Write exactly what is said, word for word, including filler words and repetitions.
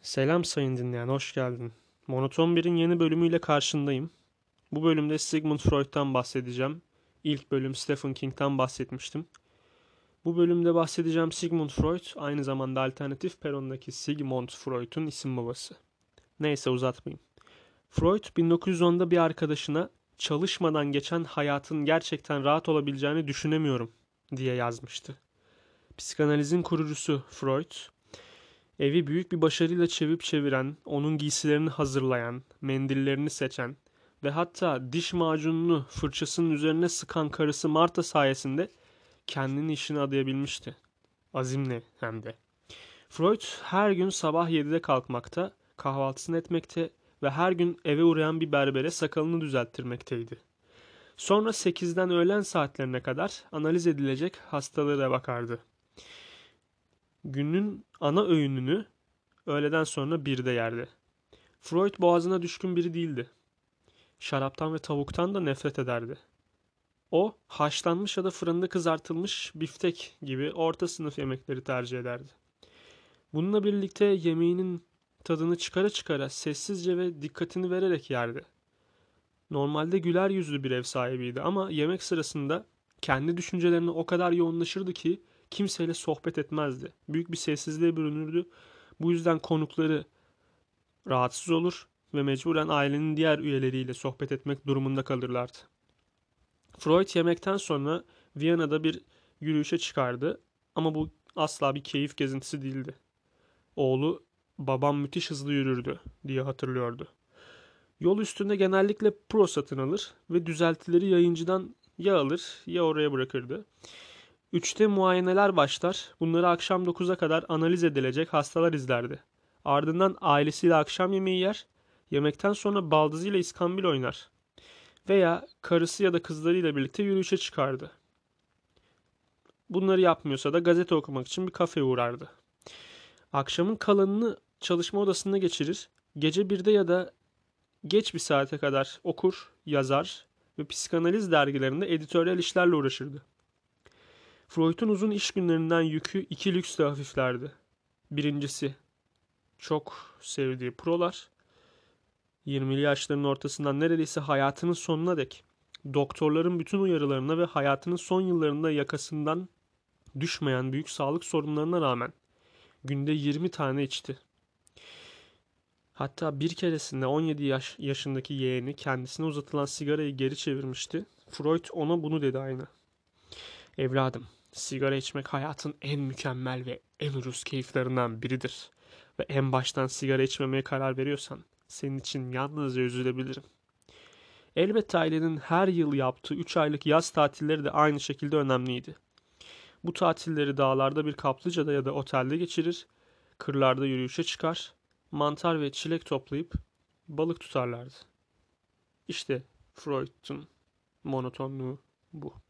Selam sayın dinleyen, hoş geldin. Monoton bir'in yeni bölümüyle karşındayım. Bu bölümde Sigmund Freud'dan bahsedeceğim. İlk bölüm Stephen King'den bahsetmiştim. Bu bölümde bahsedeceğim Sigmund Freud, aynı zamanda alternatif perondaki Sigmund Freud'un isim babası. Neyse uzatmayayım. Freud bin dokuz yüz onda bir arkadaşına çalışmadan geçen hayatın gerçekten rahat olabileceğini düşünemiyorum diye yazmıştı. Psikanalizin kurucusu Freud, evi büyük bir başarıyla çevirip çeviren, onun giysilerini hazırlayan, mendillerini seçen ve hatta diş macununu fırçasının üzerine sıkan karısı Marta sayesinde kendini işine adayabilmişti. Azimle hem de. Freud her gün sabah yedide kalkmakta, kahvaltısını etmekte ve her gün eve uğrayan bir berbere sakalını düzelttirmekteydi. Sonra sekizden öğlen saatlerine kadar analiz edilecek hastalara bakardı. Günün ana öğününü öğleden sonra birde yerdi. Freud boğazına düşkün biri değildi. Şaraptan ve tavuktan da nefret ederdi. O, haşlanmış ya da fırında kızartılmış biftek gibi orta sınıf yemekleri tercih ederdi. Bununla birlikte yemeğinin tadını çıkara çıkara sessizce ve dikkatini vererek yerdi. Normalde güler yüzlü bir ev sahibiydi ama yemek sırasında kendi düşüncelerine o kadar yoğunlaşırdı ki kimseyle sohbet etmezdi. Büyük bir sessizliğe bürünürdü. Bu yüzden konukları rahatsız olur ve mecburen ailenin diğer üyeleriyle sohbet etmek durumunda kalırlardı. Freud yemekten sonra Viyana'da bir yürüyüşe çıkardı ama bu asla bir keyif gezintisi değildi. Oğlu babam müthiş hızlı yürürdü diye hatırlıyordu. Yol üstünde genellikle pro satın alır ve düzeltileri yayıncıdan ya alır ya oraya bırakırdı. Üçte muayeneler başlar. Bunları akşam dokuza kadar analiz edilecek hastalar izlerdi. Ardından ailesiyle akşam yemeği yer, yemekten sonra baldızıyla iskambil oynar. Veya karısı ya da kızlarıyla birlikte yürüyüşe çıkardı. Bunları yapmıyorsa da gazete okumak için bir kafeye uğrardı. Akşamın kalanını çalışma odasında geçirir, gece birde ya da geç bir saate kadar okur, yazar ve psikanaliz dergilerinde editoryal işlerle uğraşırdı. Freud'un uzun iş günlerinden yükü iki lüksle hafiflerdi. Birincisi, çok sevdiği prolar. yirmili yaşlarının ortasından neredeyse hayatının sonuna dek doktorların bütün uyarılarına ve hayatının son yıllarında yakasından düşmeyen büyük sağlık sorunlarına rağmen günde yirmi tane içti. Hatta bir keresinde on yedi yaş yaşındaki yeğeni kendisine uzatılan sigarayı geri çevirmişti. Freud ona bunu dedi aynı. Evladım, sigara içmek hayatın en mükemmel ve en ucuz keyiflerinden biridir. Ve en baştan sigara içmemeye karar veriyorsan senin için yalnızca üzülebilirim. Elbette ailenin her yıl yaptığı üç aylık yaz tatilleri de aynı şekilde önemliydi. Bu tatilleri dağlarda bir kaplıcada ya da otelde geçirir, kırlarda yürüyüşe çıkar, mantar ve çilek toplayıp balık tutarlardı. İşte Freud'un monotonluğu bu.